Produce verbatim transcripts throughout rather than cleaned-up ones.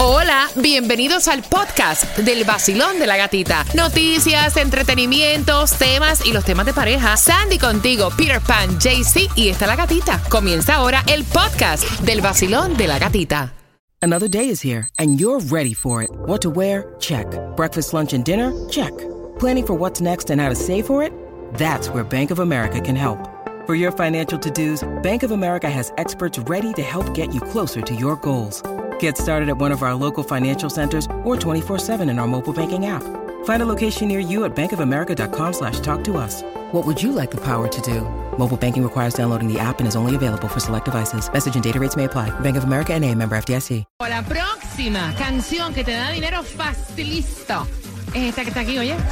Hola, bienvenidos al podcast del Vacilón de la Gatita. Noticias, entretenimientos, temas y los temas de pareja. Sandy contigo, Peter Pan, J C y está la gatita. Comienza ahora el podcast del Vacilón de la Gatita. Another day is here and you're ready for it. What to wear? Check. Breakfast, lunch, and dinner? Check. Planning for what's next and how to save for it? That's where Bank of America can help. For your financial to-dos, Bank of America has experts ready to help get you closer to your goals. Get started at one of our local financial centers or twenty-four seven in our mobile banking app. Find a location near you at bankofamerica.com slash talk to us. What would you like the power to do? Mobile banking requires downloading the app and is only available for select devices. Message and data rates may apply. Bank of America N A, member F D I C. La próxima canción que te da dinero facilito es esta que está aquí, oye.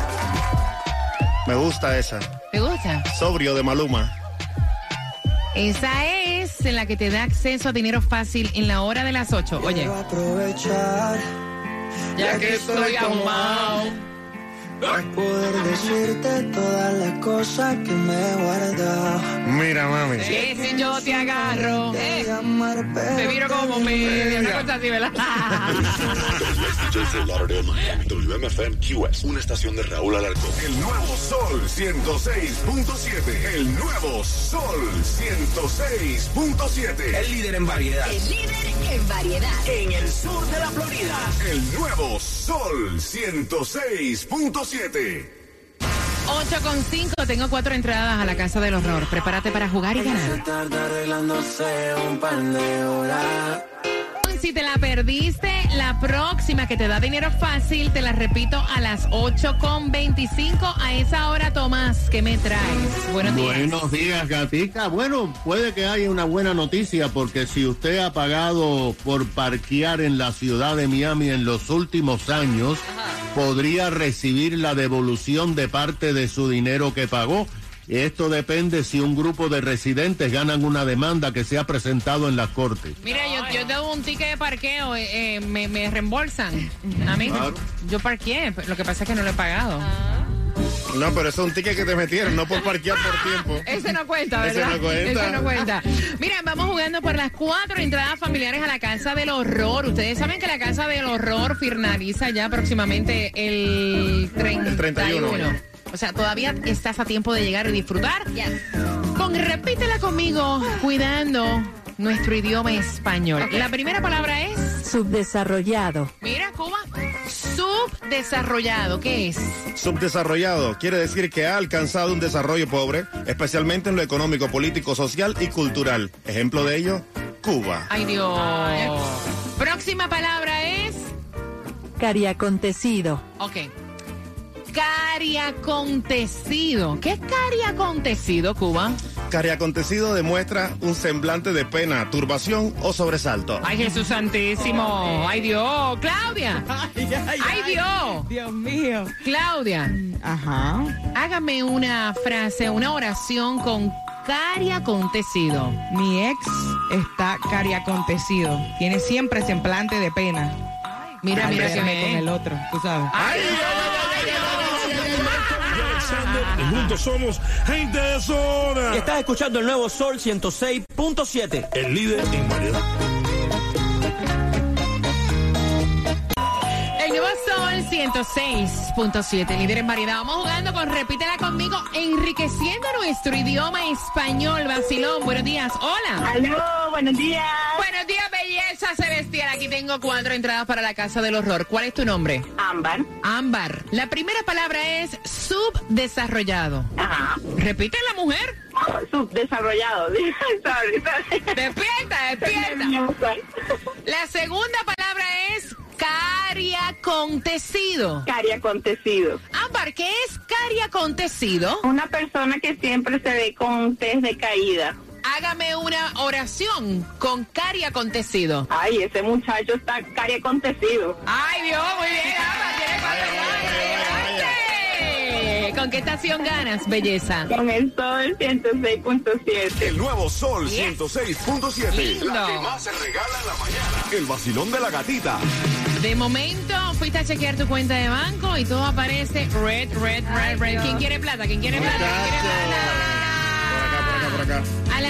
Me gusta esa. ¿Te gusta? Sobrio de Maluma. Esa es la que te da acceso a dinero fácil en la hora de las ocho. Oye. Quiero aprovechar, Ya que estoy ahumado. para poder decirte todas las cosas que me he guardado. Mira, mami. Que si yo te agarro, Te eh, llamar, pero te miro como media, una cosa así, ¿verdad? Yo soy Lauderdale, Miami. W M F M Q S, una estación de Raúl Alarcón. El nuevo Sol ciento seis punto siete. El nuevo Sol ciento seis punto siete. El líder en variedad. El líder en variedad. En el sur de la Florida. El nuevo Sol ciento seis punto siete. ocho con cinco, tengo cuatro entradas a la Casa del Horror. Prepárate para jugar y se ganar. tarda arreglándose un par de horas. Si te la perdiste, la próxima que te da dinero fácil, te la repito a las ocho con veinticinco. A esa hora, Tomás, ¿qué me traes? Buenos días. Buenos días, gatica. Bueno, puede que haya una buena noticia porque si usted ha pagado por parquear en la ciudad de Miami en los últimos años, podría recibir la devolución de parte de su dinero que pagó. Esto depende si un grupo de residentes ganan una demanda que se ha presentado en las cortes. Mira, yo, yo tengo un ticket de parqueo, eh, eh, me, me reembolsan. A mí, Claro. yo parqueé, lo que pasa es que no lo he pagado. No, pero eso es un ticket que te metieron, no por parquear por tiempo. Ese no cuenta, Ese ¿verdad? no cuenta. Ese no cuenta. Mira, vamos jugando por las cuatro entradas familiares a la Casa del Horror. Ustedes saben que la Casa del Horror finaliza ya próximamente el treinta y uno. El treinta y uno. O sea, todavía estás a tiempo de llegar y disfrutar. Con repítela conmigo, cuidando nuestro idioma español. La primera palabra es... Subdesarrollado. Mira, Cuba. Subdesarrollado. ¿Qué es? Subdesarrollado quiere decir que ha alcanzado un desarrollo pobre, especialmente en lo económico, político, social y cultural. Ejemplo de ello, Cuba. Ay, Dios. Próxima palabra es... Cariacontecido. Ok. Cariacontecido. ¿Qué es cariacontecido, Cuba? Cariacontecido demuestra un semblante de pena, turbación o sobresalto. Ay, Jesús Santísimo. Ay, Dios. Claudia. Ay, Dios. Dios mío. Claudia, Ajá. hágame una frase, una oración con cariacontecido. Mi ex está cariacontecido. Tiene siempre semblante de pena. Mira, mira que Pégame con el me... otro, tú sabes. Ay, Y juntos somos gente de zona. Estás escuchando el nuevo Sol ciento seis punto siete. El líder en variedad. El nuevo Sol ciento seis punto siete, líder en variedad. Vamos jugando con Repítela conmigo, enriqueciendo nuestro idioma español. Vacilón, buenos días. Hola. Aló, buenos días. Buenos días, belleza celestial. Aquí tengo cuatro entradas para la Casa del Horror. ¿Cuál es tu nombre? Ámbar. Ámbar. La primera palabra es subdesarrollado. Ajá. Repite la mujer. Subdesarrollado. Sorry, sorry. Despierta, despierta. La segunda palabra es cariacontecido. Cariacontecido. Ámbar, ¿qué es cariacontecido? Una persona que siempre se ve con tez de caída. Hágame una oración con cariacontecido. Ay, ese muchacho está cariacontecido. Ay, Dios, muy bien, Ámbar, tiene cuatro entradas. ¿Con qué estación ganas, belleza? Con el Sol ciento seis punto siete. El nuevo Sol Yes. ciento seis punto siete. Lindo. La que más se regala en la mañana. El vacilón de la gatita. De momento, fuiste a chequear tu cuenta de banco y todo aparece red, red, red, red. ¿Quién quiere plata? ¿Quién quiere plata? ¿Quién quiere plata? Por acá, por acá, por acá. A las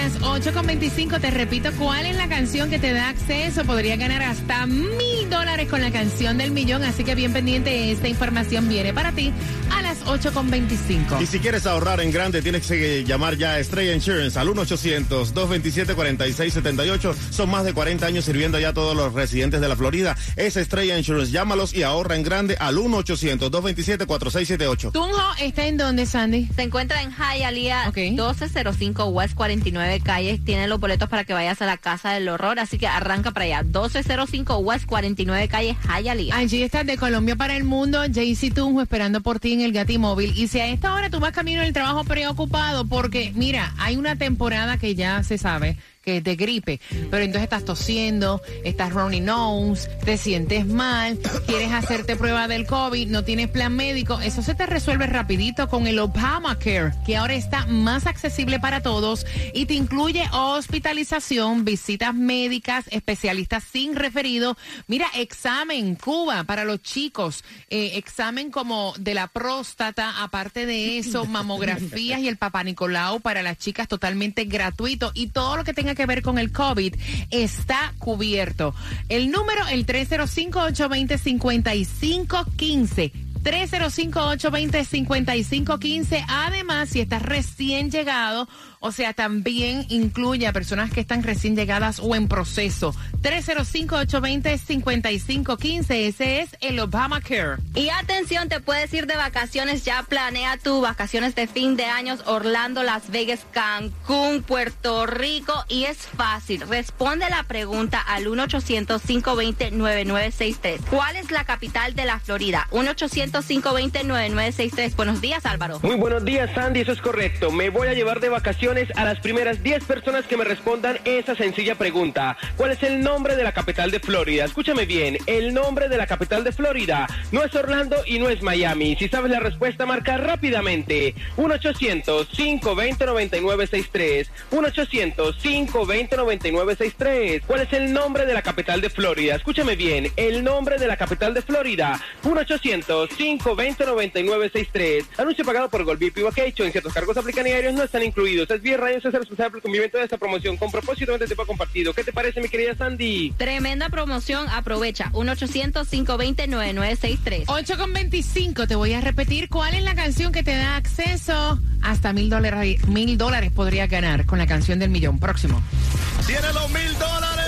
las ocho con veinticinco te repito cuál es la canción que te da acceso. Podría ganar hasta mil dólares con la canción del millón. Así que bien pendiente, esta información viene para ti a las ocho con veinticinco. Y si quieres ahorrar en grande, tienes que llamar ya a Estrella Insurance al uno ochocientos, dos veintisiete, cuarenta y seis setenta y ocho. Son más de cuarenta años sirviendo ya a todos los residentes de la Florida. Es Estrella Insurance. Llámalos y ahorra en grande al uno ochocientos, dos veintisiete, cuarenta y seis setenta y ocho. ¿Tunjo está en dónde, Sandy? Se encuentra en Hialeah, okay. doce cero cinco West cuarenta y nueve Calle. Tiene los boletos para que vayas a la Casa del Horror, así que arranca para allá. doce cero cinco West cuarenta y nueve Calle, Hialeah. Allí estás de Colombia para el mundo, Jaycee Tunjo esperando por ti en el Gatimóvil. Y si a esta hora tú vas camino del trabajo preocupado, porque mira, hay una temporada que ya se sabe que es de gripe, pero entonces estás tosiendo, estás runny nose, te sientes mal, quieres hacerte prueba del COVID, no tienes plan médico, eso se te resuelve rapidito con el Obamacare, que ahora está más accesible para todos y te incluye hospitalización, visitas médicas, especialistas sin referido, mira, examen, Cuba, para los chicos, eh, examen como de la próstata, aparte de eso, mamografías y el Papá Nicolau para las chicas totalmente gratuito y todo lo que tenga que ver con el COVID está cubierto. El número, el tres cero cinco, ocho dos cero, cinco cinco uno cinco. tres cero cinco, ocho dos cero, cinco cinco uno cinco. Además, si estás recién llegado, o sea, también incluye a personas que están recién llegadas o en proceso. tres cero cinco, ocho dos cero, cinco cinco uno cinco. Ese es el Obamacare. Y atención, te puedes ir de vacaciones. Ya planea tu vacaciones de fin de años. Orlando, Las Vegas, Cancún, Puerto Rico. Y es fácil. Responde la pregunta al uno ochocientos, cinco dos cero, nueve nueve seis tres. ¿Cuál es la capital de la Florida? uno ochocientos, cinco dos cero, nueve nueve seis tres. Buenos días, Álvaro. Muy buenos días, Sandy. Eso es correcto. Me voy a llevar de vacaciones a las primeras diez personas que me respondan esa sencilla pregunta. ¿Cuál es el nombre de la capital de Florida? Escúchame bien, el nombre de la capital de Florida no es Orlando y no es Miami. Si sabes la respuesta, marca rápidamente uno ochocientos, cinco dos cero, nueve nueve seis tres. uno ochocientos, cinco dos cero, nueve nueve seis tres. ¿Cuál es el nombre de la capital de Florida? Escúchame bien, el nombre de la capital de Florida. uno ochocientos, cinco dos cero, nueve nueve seis tres. Anuncio pagado por Gold Beep y Vacation. Ciertos cargos aplican y aéreos no están incluidos. Es bien Radio, es responsable por el cumplimiento de esta promoción con propósito de tipo compartido. ¿Qué te parece, mi querida Sandy? Tremenda promoción, aprovecha. uno ochocientos, cinco dos cero, nueve nueve seis tres. ocho con veinticinco, te voy a repetir cuál es la canción que te da acceso hasta mil dólares. Mil dólares podría ganar con la canción del millón. Próximo. ¡Tiene los mil dólares!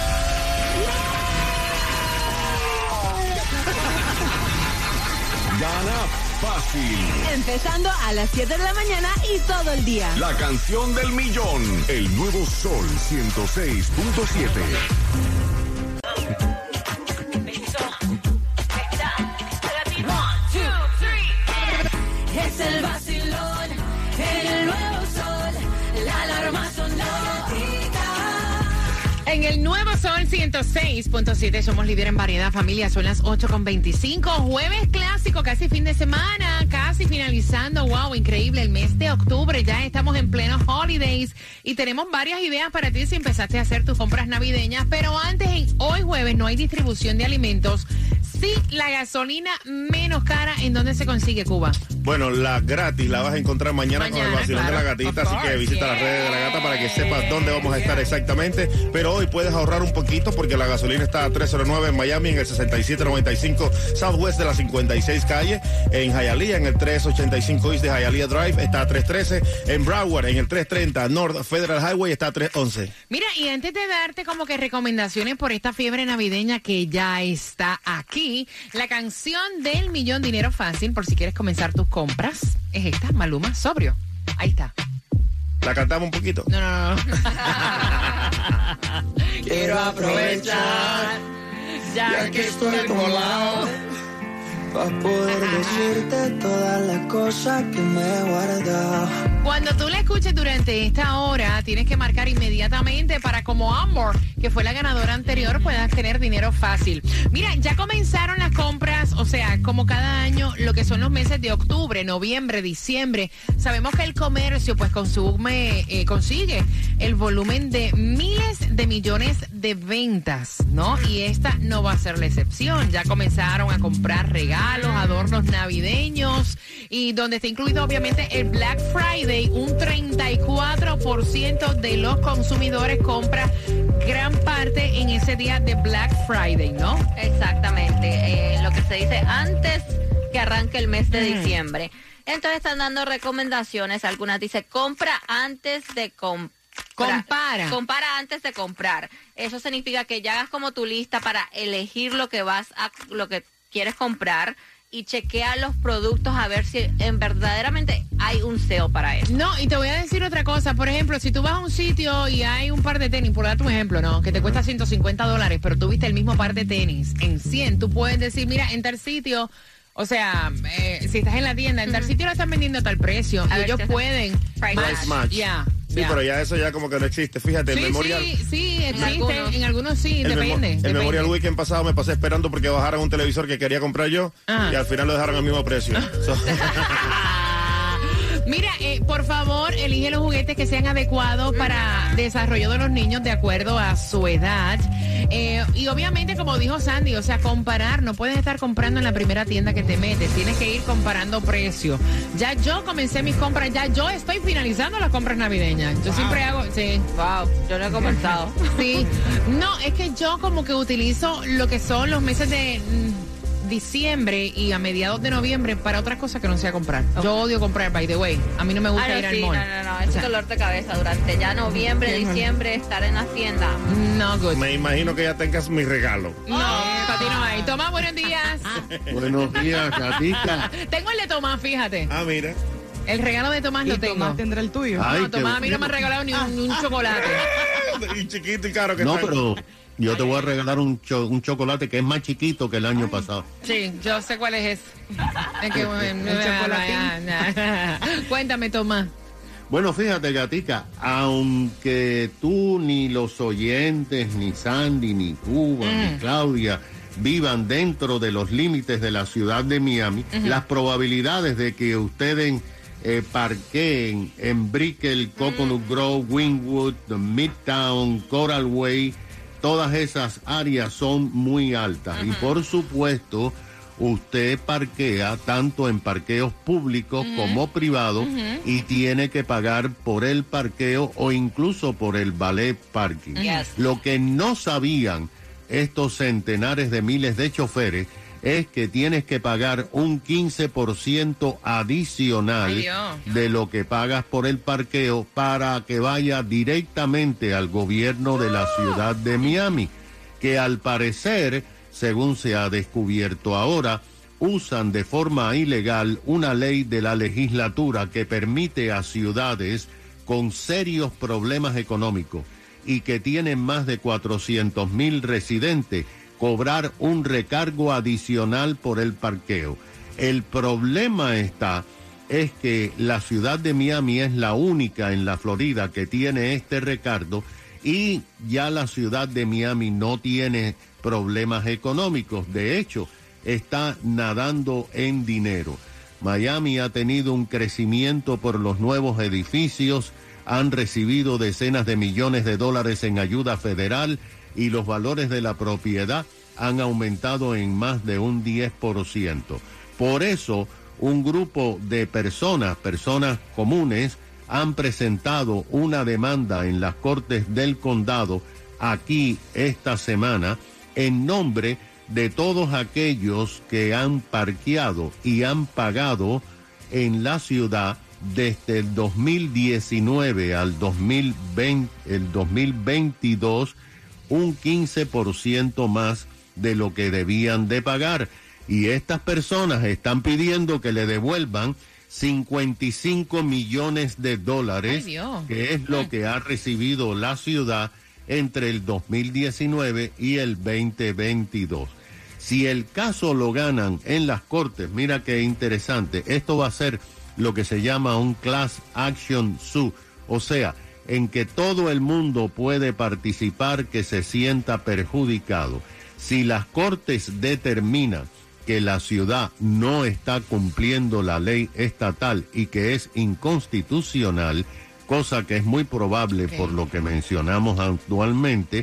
Gana fácil. Empezando a las siete de la mañana y todo el día. La canción del millón. El nuevo Sol ciento seis punto siete. Es el vacilón, el nuevo sol, la alarma sonó. En el Nuevo Sol ciento seis punto siete somos líder en variedad, familia. Son las ocho con veinticinco. Jueves clásico, casi fin de semana, casi finalizando. Wow, increíble. El mes de octubre, ya estamos en pleno holidays y tenemos varias ideas para ti si empezaste a hacer tus compras navideñas. Pero antes, en hoy jueves, no hay distribución de alimentos. Sí, la gasolina menos cara, ¿en dónde se consigue, Cuba? Bueno, la gratis la vas a encontrar mañana, mañana con el vacilón claro, de la gatita, of así course, que visita yeah. las redes de la gata para que sepas dónde vamos a estar exactamente. Pero hoy puedes ahorrar un poquito porque la gasolina está a tres cero nueve en Miami, en el sesenta y siete noventa y cinco Southwest de la cincuenta y seis calle, en Hialeah, en el trescientos ochenta y cinco East de Hialeah Drive, está a tres trece, en Broward, en el trescientos treinta North Federal Highway, está a trescientos once. Mira, y antes de darte como que recomendaciones por esta fiebre navideña que ya está aquí, la canción del millón, dinero fácil, por si quieres comenzar tus compras, es esta, Maluma, sobrio. Ahí está. ¿La cantamos un poquito? No, no, no. Quiero aprovechar, ya que estoy a tu lado, para poder decirte todas las cosas que me he guardado. Cuando tú la escuches durante esta hora, tienes que marcar inmediatamente para como Amor, que fue la ganadora anterior, puedas tener dinero fácil. Mira, ya comenzaron las compras, o sea, como cada año, lo que son los meses de octubre, noviembre, diciembre. Sabemos que el comercio, pues, consume, eh, consigue el volumen de miles de millones de ventas, ¿no? Y esta no va a ser la excepción. Ya comenzaron a comprar regalos, adornos navideños y donde está incluido obviamente el Black Friday, un treinta y cuatro por ciento de los consumidores compra gran parte en ese día de Black Friday, ¿no? Exactamente, eh, lo que se dice antes que arranque el mes de mm. diciembre. Entonces están dando recomendaciones, algunas dicen compra antes de comprar. Compara. Compara antes de comprar. Eso significa que ya hagas como tu lista para elegir lo que vas a, lo que quieres comprar y chequea los productos a ver si en verdaderamente hay un S E O para eso. No, y te voy a decir otra cosa. Por ejemplo, si tú vas a un sitio y hay un par de tenis, por darte un ejemplo, ¿no? Que te cuesta ciento cincuenta dólares, pero tú viste el mismo par de tenis en cien, tú puedes decir, mira, en tal sitio... O sea, eh, si estás en la tienda, en tal sitio lo están vendiendo a tal precio. A y ellos pueden... Price match. match. Yeah, sí, yeah. pero ya eso ya como que no existe. Fíjate, sí, el Memorial... Sí, sí, existe. En algunos, en algunos sí, el depende. Memo, el depende. Memorial Weekend pasado me pasé esperando porque bajaran un televisor que quería comprar yo ah. y al final lo dejaron al mismo precio. So. Mira, eh, por favor, elige los juguetes que sean adecuados para desarrollo de los niños de acuerdo a su edad. Eh, y obviamente, como dijo Sandy, o sea, comparar, no puedes estar comprando en la primera tienda que te metes, tienes que ir comparando precios. Ya yo comencé mis compras, ya yo estoy finalizando las compras navideñas. Yo wow. siempre hago, sí. Wow, yo no he comenzado. Sí, no, es que yo como que utilizo lo que son los meses de... diciembre y a mediados de noviembre para otras cosas que no sea comprar. Okay. Yo odio comprar, by the way. A mí no me gusta ah, no, ir sí, al mall. No, no, no, es o sea, dolor de cabeza durante ya noviembre, diciembre, estar en la tienda. No, good. Me imagino que ya tengas mi regalo. No, oh. para ti no hay. Tomás, buenos días. Buenos días, Gatita. Tengo el de Tomás, fíjate. Ah, mira. El regalo de Tomás ¿Y lo tengo. Tomás tendrá el tuyo? Ay, no, Tomás a mí no me ha regalado ni un, un chocolate. Y chiquito y caro que No, está. pero... Yo te voy a regalar un, cho un chocolate que es más chiquito que el año pasado. Sí, yo sé cuál es ese. Es que, bueno, un chocolatín. Cuéntame, Tomás. Bueno, fíjate, Gatica, aunque tú ni los oyentes, ni Sandy, ni Cuba, mm. ni Claudia vivan dentro de los límites de la ciudad de Miami, uh-huh. las probabilidades de que ustedes eh, parqueen en Brickell, Coconut mm. Grove, Wynwood, Midtown, Coral Way, todas esas áreas son muy altas. Uh-huh. Y por supuesto, usted parquea tanto en parqueos públicos uh-huh. como privados uh-huh. y tiene que pagar por el parqueo o incluso por el valet parking. Yes. Lo que no sabían estos centenares de miles de choferes es que tienes que pagar un quince por ciento adicional de lo que pagas por el parqueo para que vaya directamente al gobierno de la ciudad de Miami, que al parecer, según se ha descubierto ahora, usan de forma ilegal una ley de la legislatura que permite a ciudades con serios problemas económicos y que tienen más de cuatrocientos mil residentes cobrar un recargo adicional por el parqueo. El problema está es que la ciudad de Miami es la única en la Florida que tiene este recargo y ya la ciudad de Miami no tiene problemas económicos. De hecho, está nadando en dinero. Miami ha tenido un crecimiento por los nuevos edificios, han recibido decenas de millones de dólares en ayuda federal y los valores de la propiedad han aumentado en más de un diez por ciento. Por eso, un grupo de personas, personas comunes, han presentado una demanda en las Cortes del Condado aquí esta semana en nombre de todos aquellos que han parqueado y han pagado en la ciudad desde el dos mil diecinueve al dos mil veinte, el dos mil veintidós, un quince por ciento más de lo que debían de pagar. Y estas personas están pidiendo que le devuelvan cincuenta y cinco millones de dólares, que es lo que ha recibido la ciudad entre el dos mil diecinueve y el veinte veintidós. Si el caso lo ganan en las cortes, mira qué interesante, esto va a ser lo que se llama un class action suit, o sea, en que todo el mundo puede participar que se sienta perjudicado. Si las cortes determinan que la ciudad no está cumpliendo la ley estatal y que es inconstitucional, cosa que es muy probable okay. por lo que mencionamos actualmente,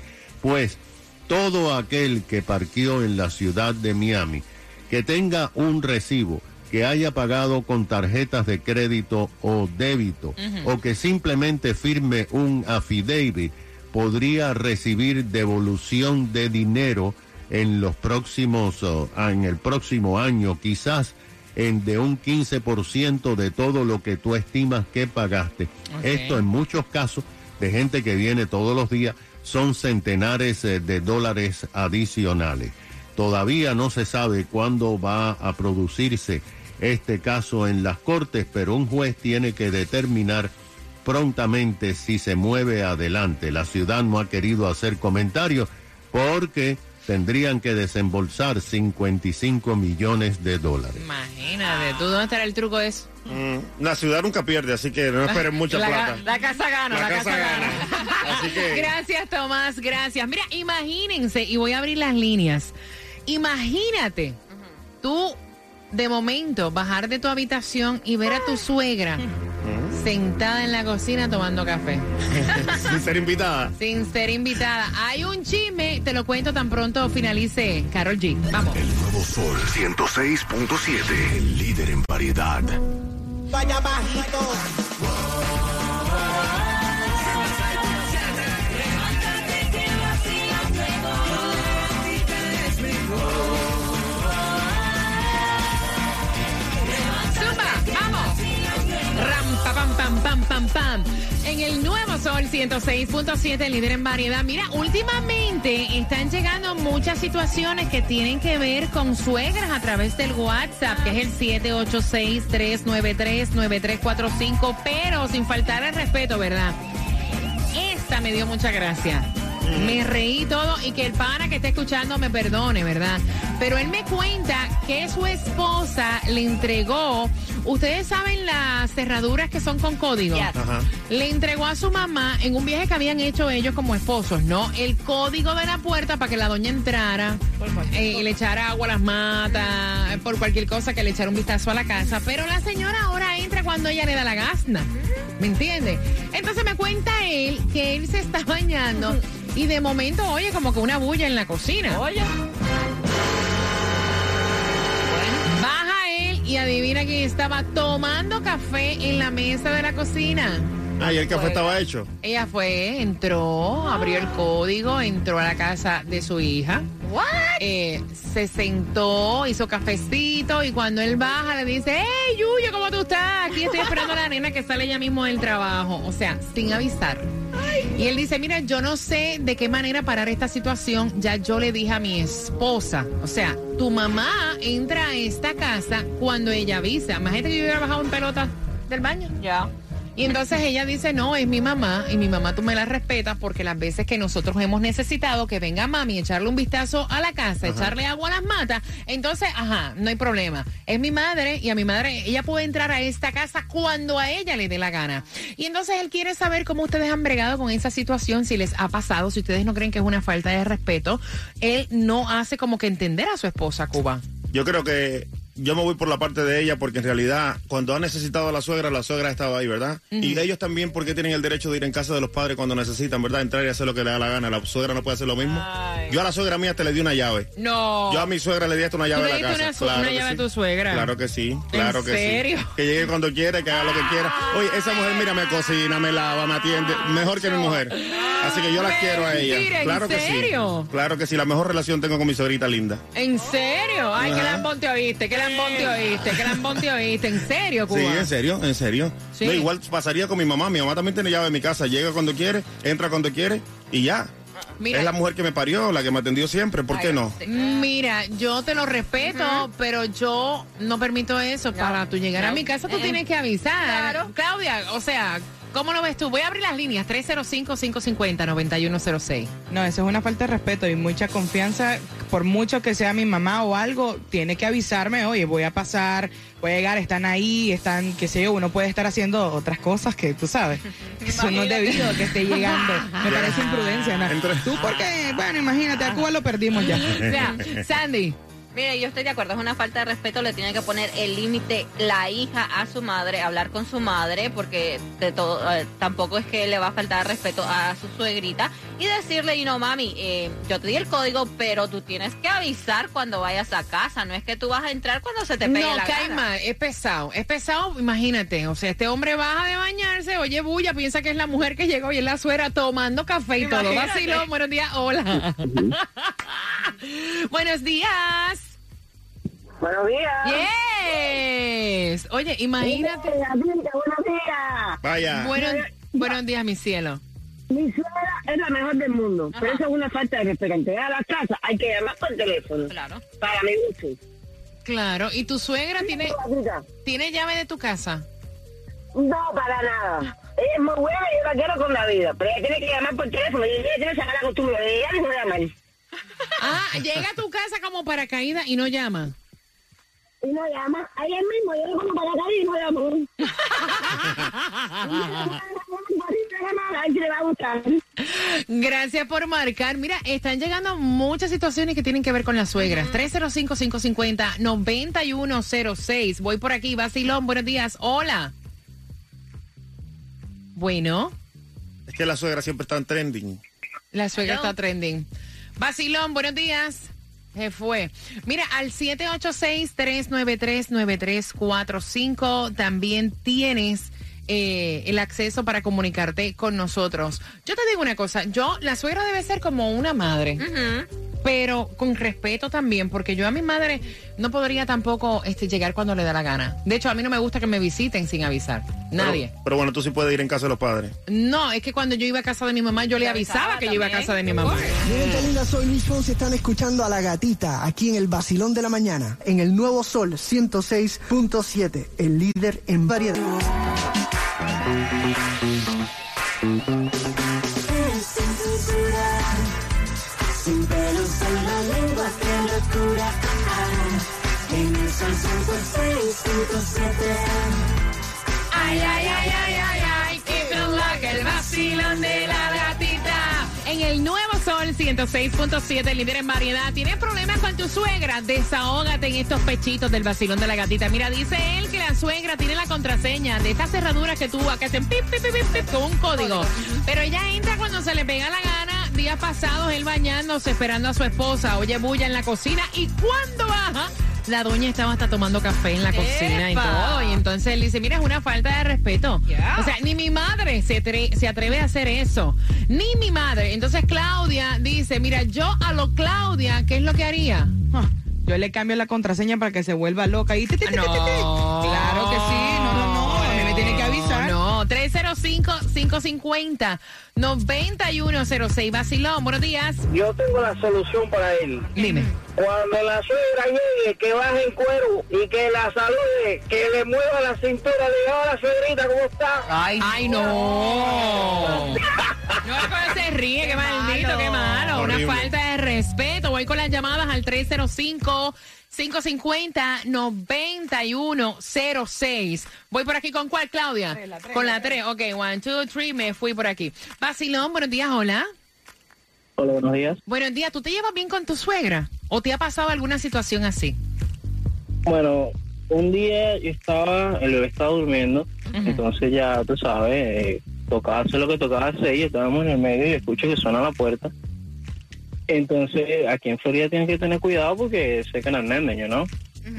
Pues todo aquel que parqueó en la ciudad de Miami, que tenga un recibo, que haya pagado con tarjetas de crédito o débito, uh-huh. o que simplemente firme un affidavit, podría recibir devolución de dinero en los próximos, uh, en el próximo año, quizás en de un quince por ciento de todo lo que tú estimas que pagaste. Okay. Esto en muchos casos de gente que viene todos los días son centenares eh, de dólares adicionales. Todavía no se sabe cuándo va a producirse este caso en las cortes, pero un juez tiene que determinar prontamente si se mueve adelante. La ciudad no ha querido hacer comentarios porque tendrían que desembolsar cincuenta y cinco millones de dólares. Imagínate, ¿tú dónde estará el truco de eso? Mm, la ciudad nunca pierde, así que no esperen mucha la, plata. La casa gana, la, la casa, casa gana. gana. Así que... Gracias, Tomás, gracias. Mira, imagínense, y voy a abrir las líneas. Imagínate, uh-huh. tú de momento bajar de tu habitación y ver a tu suegra uh-huh. sentada en la cocina tomando café. Sin ser invitada. Sin ser invitada. Hay un chisme, te lo cuento tan pronto finalice Karol G. Vamos. El nuevo Sol ciento seis punto siete, el líder en variedad. Vaya bajito. Pam, pam, pam, pam, pam. En el nuevo Sol ciento seis punto siete, líder en variedad. Mira, últimamente están llegando muchas situaciones que tienen que ver con suegras a través del WhatsApp, que es el siete ocho seis, tres nueve tres, nueve tres cuatro cinco, pero sin faltar el respeto, ¿verdad? Esta me dio mucha gracia. Me reí todo y que el pana que está escuchando me perdone, ¿verdad? Pero él me cuenta que su esposa le entregó, ustedes saben las cerraduras que son con código. Yes. Ajá. Le entregó a su mamá en un viaje que habían hecho ellos como esposos, ¿no? El código de la puerta para que la doña entrara eh, y le echara agua a las matas, por cualquier cosa que le echara un vistazo a la casa. Pero la señora ahora entra cuando ella le da la gana. ¿Me entiende? Entonces me cuenta él que él se está bañando y de momento oye como que una bulla en la cocina. Oye. Baja él y adivina quién estaba tomando café en la mesa de la cocina. Ah, y el café estaba hecho. Ella fue, entró, abrió el código, entró a la casa de su hija. What? Eh, se sentó, hizo cafecito y cuando él baja le dice, hey, Yuya, ¿cómo tú estás? Aquí estoy esperando a la nena que sale ella mismo del trabajo. O sea, sin avisar. Ay. Y él dice, mira, yo no sé de qué manera parar esta situación. Ya yo le dije a mi esposa, o sea, tu mamá entra a esta casa cuando ella avisa. Imagínate que yo hubiera bajado en pelota del baño. Ya. Yeah. Y entonces ella dice, no, es mi mamá, y mi mamá tú me la respetas porque las veces que nosotros hemos necesitado que venga mami, echarle un vistazo a la casa, ajá, echarle agua a las matas, entonces, ajá, no hay problema. Es mi madre y a mi madre, ella puede entrar a esta casa cuando a ella le dé la gana. Y entonces él quiere saber cómo ustedes han bregado con esa situación, si les ha pasado, si ustedes no creen que es una falta de respeto. Él no hace como que entender a su esposa, Cuba. Yo creo que yo me voy por la parte de ella porque en realidad cuando ha necesitado a la suegra, la suegra estaba ahí, ¿verdad? Uh-huh. Y ellos también porque tienen el derecho de ir en casa de los padres cuando necesitan, ¿verdad? Entrar y hacer lo que le da la gana. La suegra no puede hacer lo mismo. Ay. Yo a la suegra mía te le di una llave. No. Yo a mi suegra le di hasta una llave de la casa. Una, claro una llave sí. a tu suegra? Claro que sí, claro ¿En que serio? sí. Que llegue cuando quiera, que haga lo que quiera. Oye, esa mujer, mira, me cocina, me lava, me atiende, mejor que mi mujer. Así que yo la quiero a ella. Mentira, claro ¿en que serio? sí. Claro que sí, la mejor relación tengo con mi suegrita linda. ¿En serio? Ay, ajá, qué lambón te oíste, qué lambón te oíste, qué lambón te oíste. ¿En serio, Cuba? Sí, en serio, en serio. Sí. No, igual pasaría con mi mamá. Mi mamá también tiene llave de mi casa. Llega cuando quiere, entra cuando quiere y ya. Mira, es la mujer que me parió, la que me atendió siempre. ¿Por qué no? Mira, yo te lo respeto, uh-huh, pero yo no permito eso. No. Para tú llegar no. a mi casa, tú eh. tienes que avisar. Claro. Claudia, o sea, ¿cómo lo ves tú? Voy a abrir las líneas tres cero cinco, cinco cinco cero, nueve uno cero seis. No, eso es una falta de respeto y mucha confianza. Por mucho que sea mi mamá o algo, tiene que avisarme, oye, voy a pasar, voy a llegar, están ahí, están, qué sé yo, uno puede estar haciendo otras cosas que tú sabes. Eso no es debido que esté llegando. Me parece imprudencia, ¿no? Entre... Tú porque, bueno, imagínate, a Cuba lo perdimos ya. O sea, Sandy. Mire, yo estoy de acuerdo, es una falta de respeto, le tiene que poner el límite la hija a su madre, hablar con su madre, porque de todo, eh, tampoco es que le va a faltar respeto a su suegrita, y decirle, y no, mami, eh, yo te di el código, pero tú tienes que avisar cuando vayas a casa. No es que tú vas a entrar cuando se te pegue no, la cae gana. mal, es pesado, es pesado, imagínate, o sea, este hombre baja de bañarse, oye bulla, piensa que es la mujer que llegó y es la suegra tomando café y Imagínate. todo. Vacilón, buenos días, hola. Buenos días. Buenos días. Yes. Oye, imagínate. Buenos días. Vaya. Buenos, buenos días, mi cielo. Mi suegra es la mejor del mundo, Ajá. pero eso es una falta de respeto. Antes de llegar a la casa hay que llamar por teléfono. Claro. Para mi gusto. Claro, ¿y tu suegra tiene, Gatita. tiene llave de tu casa? No, para nada. Ella es muy buena y yo la quiero con la vida, pero ella tiene que llamar por teléfono y ella tiene que sacar la costumbre de ella y no llamar. Ah, llega a tu casa como paracaídas y no llama. Y no llama. Ayer mismo yo como para acá y no llamó. A ver si le va a gustar. Gracias por marcar. Mira, están llegando muchas situaciones que tienen que ver con las suegras. tres cero cinco, cinco cinco cero, nueve uno cero seis. Voy por aquí, Vacilón, buenos días. Hola. Bueno, Es que la suegra siempre está en trending. la suegra Hello. está trending. Vacilón, buenos días. Se fue. Mira, al siete ocho seis, tres nueve tres, nueve tres cuatro cinco también tienes eh, el acceso para comunicarte con nosotros. Yo te digo una cosa, yo, la suegra debe ser como una madre. Ujú. Pero con respeto también, porque yo a mi madre no podría tampoco este, llegar cuando le da la gana. De hecho, a mí no me gusta que me visiten sin avisar. Nadie. Pero, pero bueno, tú sí puedes ir en casa de los padres. No, es que cuando yo iba a casa de mi mamá, yo le avisaba que yo iba a casa de mi mamá. Miren qué linda, soy Luis Fonsi, están escuchando a La Gatita aquí en el Vacilón de la Mañana, en el Nuevo Sol ciento seis punto siete, el líder en variedad. Sin pelos en la lengua, qué locura. Ah, en el Sol ciento seis punto siete. Ay, ay, ay, ay, ay, ay, keep it lock, el vacilón de la gatita. En el Nuevo Sol ciento seis punto siete, el líder en variedad. ¿Tienes problemas con tu suegra? Desahógate en estos pechitos del vacilón de la gatita. Mira, dice él que la suegra tiene la contraseña de estas cerraduras que tú que hacen pip, pip, pip, pip, pip, con un código. Pero ella entra cuando se le pega la gana. Días pasados, él bañándose, esperando a su esposa. Oye bulla en la cocina. Y cuando baja, la doña estaba hasta tomando café en la cocina y todo. Y entonces él dice, mira, es una falta de respeto. Yeah. O sea, ni mi madre se, tre- se atreve a hacer eso. Ni mi madre. Entonces Claudia dice, mira, yo a lo Claudia, ¿qué es lo que haría? Ah, yo le cambio la contraseña para que se vuelva loca. Y ti, ti, ti, ti, ti, ti. Claro que sí. No, no, no. A mí me tiene que avisar. No, tres cero cinco, cinco cinco cero, nueve uno cero seis. Vacilón, buenos días. Yo tengo la solución para él. Dime. Cuando la suegra llegue, que baje en cuero y que la salude, que le mueva la cintura, le diga, hola suegrita, ¿cómo está? Ay, Ay no. No, se ríe, qué maldito, malo. qué malo. Horrible. Una falta de respeto. Voy con las llamadas al tres cero cinco, cinco cinco cero, nueve uno cero seis. Voy por aquí con cuál, Claudia? La tres, con la la tres. Ok, one, two, three, me fui por aquí. Vacilón, buenos días, hola. Hola, buenos días. Buenos días, ¿tú te llevas bien con tu suegra? ¿O te ha pasado alguna situación así? Bueno, un día yo estaba, el bebé estaba durmiendo, entonces ya, tú sabes, eh, tocaba hacer lo que tocaba hacer y estábamos en el medio y escucho que suena la puerta. Entonces, aquí en Florida tienen que tener cuidado porque sé que no es nene, ¿no?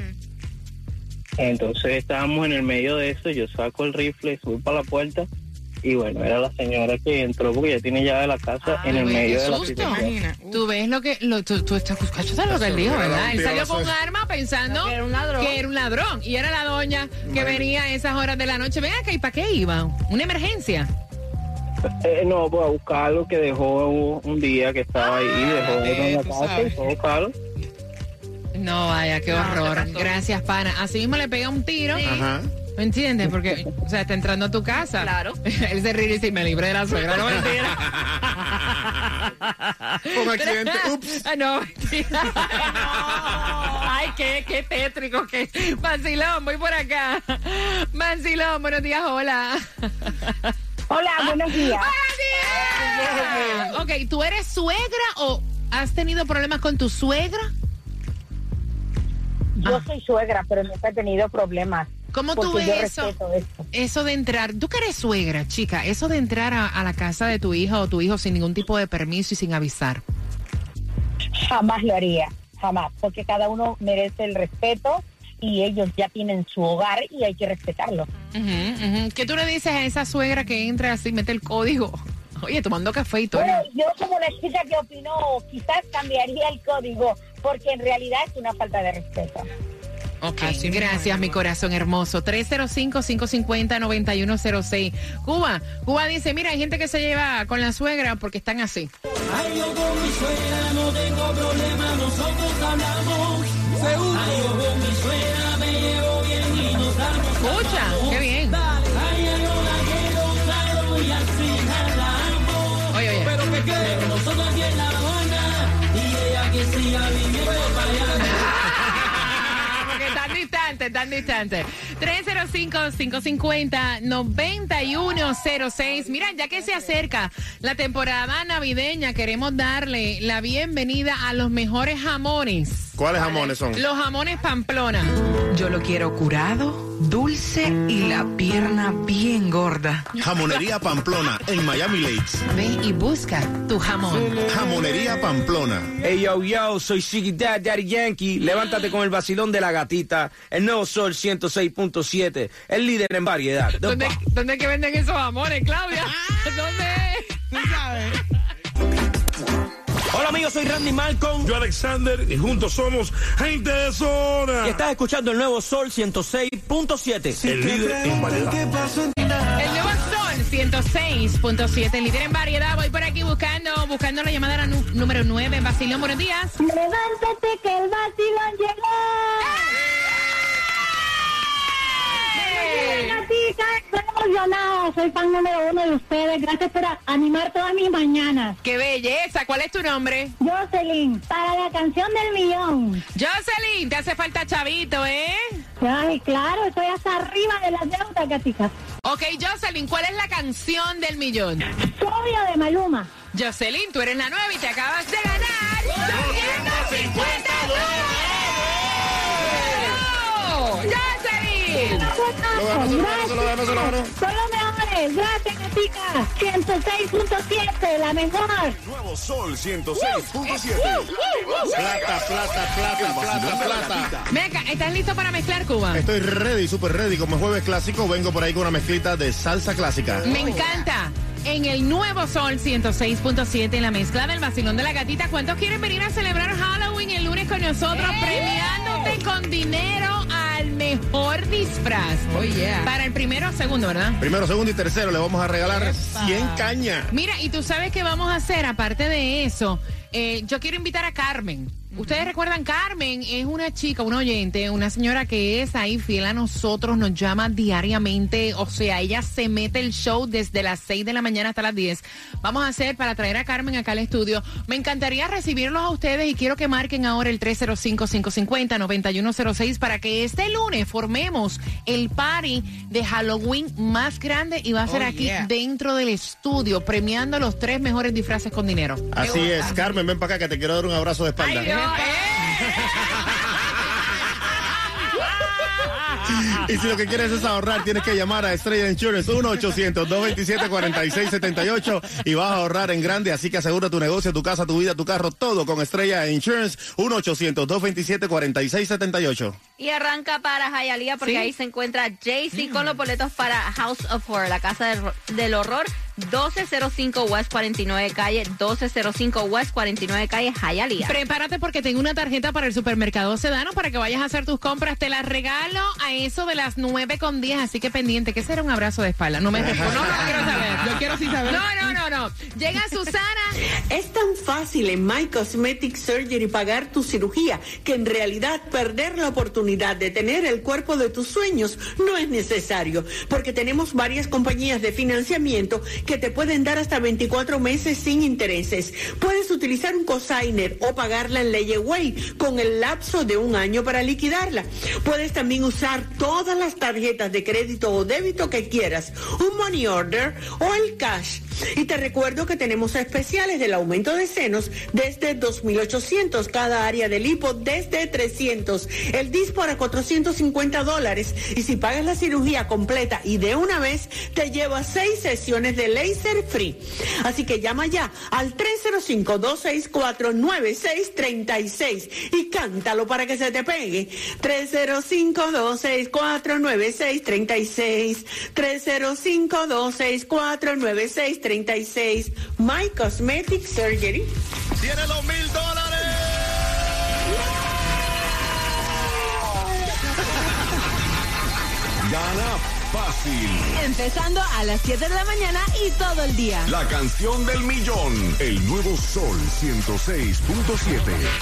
Entonces estábamos en el medio de eso, yo saco el rifle, subo para la puerta y bueno, era la señora que entró porque ya tiene llave de la casa en el Ay, medio qué de la susto. situación. Tú ves lo que, lo, tú, tú estás escuchando lo que él dijo, ¿verdad? Él salió con un arma pensando Que era un ladrón. que era un ladrón. Y era la doña que venía a esas horas de la noche. Ven acá, ¿y para qué iba? ¿Una emergencia? Eh, no, pues a buscar algo que dejó un, un día que estaba ahí, dejó uno en la tú casa y sabes. fue a buscarlo. No, vaya, qué No, horror. ¿qué pasó? Gracias, pana. Así mismo le pega un tiro. Ajá. ¿Me entiendes? Porque, o sea, está entrando a tu casa. Claro. Él se ríe y dice, me libre de la suegra. No, mentira. Un accidente, ups. Ah, no, mentira. Ay, qué, qué tétrico, qué. Vacilón, voy por acá. Vacilón, buenos días, hola. Hola, buenos días. ¡Buenos días! Ok, ¿tú eres suegra o has tenido problemas con tu suegra? Yo soy suegra, pero nunca he tenido problemas. ¿Cómo tú porque ves yo eso? respeto esto. Eso de entrar, tú que eres suegra, chica, eso de entrar a, a la casa de tu hija o tu hijo sin ningún tipo de permiso y sin avisar. Jamás lo haría, jamás, porque cada uno merece el respeto y ellos ya tienen su hogar y hay que respetarlo. Uh-huh, uh-huh. ¿Qué tú le dices a esa suegra que entra así, mete el código? Oye, tomando café y todo. Bueno, yo como la chica que opinó, quizás cambiaría el código, porque en realidad es una falta de respeto. Ok, así gracias, mi corazón hermoso. tres cero cinco, cinco cinco cero, nueve uno cero seis. Cuba, Cuba dice, mira, hay gente que se lleva con la suegra porque están así. Ay, yo con mi suegra no tengo problema, nosotros hablamos. Seguro. Ay, yo con mi suegra me llevo bien y nos damos. Escucha, qué bien. Ay, yo la quiero, claro, y al final la amo. Oye, oye. Pero que quede, nosotros aquí en La Habana y ella que siga viviendo para allá. Tan distante, tan distante. tres cero cinco, cinco cinco cero, nueve uno cero seis. Mira, ya que se acerca la temporada navideña, queremos darle la bienvenida a los mejores jamones. ¿Cuáles jamones son? Los jamones Pamplona. Yo lo quiero curado, dulce y la pierna bien gorda. Jamonería Pamplona en Miami Lakes. Ven y busca tu jamón. Jamonería Pamplona. Hey, yo, yo, soy Siggy Dad, Daddy Yankee. Levántate con el vacilón de la gatita. El nuevo Sol ciento seis punto siete, el líder en variedad. ¿Dónde, ¿Dónde es que venden esos jamones, Claudia? ¿Dónde? ¿Tú sabes? Hola amigos, soy Randy Malcolm. Yo Alexander y juntos somos gente de zona. Y estás escuchando el nuevo Sol ciento seis punto siete. El líder en variedad. El nuevo Sol ciento seis punto siete, el líder en variedad. Voy por aquí buscando, buscando la llamada la número nueve. Vacilón, buenos días. Levántate que el vacilón llegó. Gatita, estoy emocionada, soy fan número uno de ustedes. Gracias por animar todas mis mañanas. ¡Qué belleza! ¿Cuál es tu nombre? Jocelyn, para la canción del millón. Jocelyn, te hace falta chavito, ¿eh? Ay, claro, estoy hasta arriba de las deudas, gatita. Ok, Jocelyn, ¿cuál es la canción del millón? Obvio de Maluma. Jocelyn, tú eres la nueva y te acabas de ganar doscientos cincuenta dólares. ¡Jocelyn! Lo ganó, se lo ganó, se lo ganó, se lo ganó. Son los mejores. Gracias, gatica. ciento seis punto siete, la mejor. Nuevo Sol ciento seis punto siete. Plata, plata, plata, plata, plata. Ven acá, ¿estás listo para mezclar, Cuba? Estoy ready, súper ready. Como es jueves clásico, vengo por ahí con una mezclita de salsa clásica. Me encanta. En el nuevo Sol ciento seis punto siete, la mezcla del vacilón de la gatita. ¿Cuántos quieren venir a celebrar Halloween el lunes con nosotros? ¡Eh! Premiándote con dinero al mejor disfraz. Oh, yeah. Para el primero o segundo, ¿verdad? Primero, segundo y tercero le vamos a regalar cien cañas. Mira, y tú sabes qué vamos a hacer, aparte de eso, eh, yo quiero invitar a Carmen. Ustedes recuerdan, Carmen es una chica, una oyente, una señora que es ahí fiel a nosotros, nos llama diariamente, o sea, ella se mete el show desde las seis de la mañana hasta las diez. Vamos a hacer para traer a Carmen acá al estudio. Me encantaría recibirlos a ustedes y quiero que marquen ahora el tres cero cinco, cinco cinco cero, nueve uno cero seis para que este lunes formemos el party de Halloween más grande y va a ser oh, aquí yeah. dentro del estudio, premiando los tres mejores disfraces con dinero. Así es, Carmen, ven para acá que te quiero dar un abrazo de espalda. Ay, no. Y si lo que quieres es ahorrar, tienes que llamar a Estrella Insurance uno ochocientos, dos veintisiete, cuarenta y seis setenta y ocho y vas a ahorrar en grande, así que asegura tu negocio, tu casa, tu vida, tu carro, todo con Estrella Insurance uno ochocientos, dos veintisiete, cuarenta y seis setenta y ocho. Y arranca para Hialeah porque ¿sí? ahí se encuentra Jay-Z mm. con los boletos para House of Horror, la casa del, del horror, doce cero cinco West cuarenta y nueve calle, doce cero cinco West cuarenta y nueve calle, Hialeah. Prepárate porque tengo una tarjeta para el supermercado Sedano para que vayas a hacer tus compras. Te la regalo a eso de las nueve con diez, así que pendiente. ¿Qué será un abrazo de espalda? No me respondo, no, no quiero saber. Yo quiero sí saber. No, no, no, no. Llega Susana. Es tan fácil en My Cosmetic Surgery pagar tu cirugía que en realidad perder la oportunidad de tener el cuerpo de tus sueños no es necesario, porque tenemos varias compañías de financiamiento que te pueden dar hasta veinticuatro meses sin intereses. Puedes utilizar un cosigner o pagarla en layaway con el lapso de un año para liquidarla. Puedes también usar todas las tarjetas de crédito o débito que quieras, un money order o el cash. Y te recuerdo que tenemos especiales del aumento de senos desde dos mil ochocientos, cada área de lipo desde trescientos, el D I S para cuatrocientos cincuenta dólares. Y si pagas la cirugía completa y de una vez, te lleva seis sesiones de laser free. Así que llama ya al tres cero cinco, dos seis cuatro, nueve seis tres seis y cántalo para que se te pegue. tres cero cinco, dos seis cuatro, nueve seis tres seis, tres cero cinco, dos seis cuatro, nueve seis tres seis. My Cosmetic Surgery. ¡Tiene los mil dólares! Gana fácil. Empezando a las siete de la mañana y todo el día. La canción del millón. El nuevo Sol ciento seis punto siete.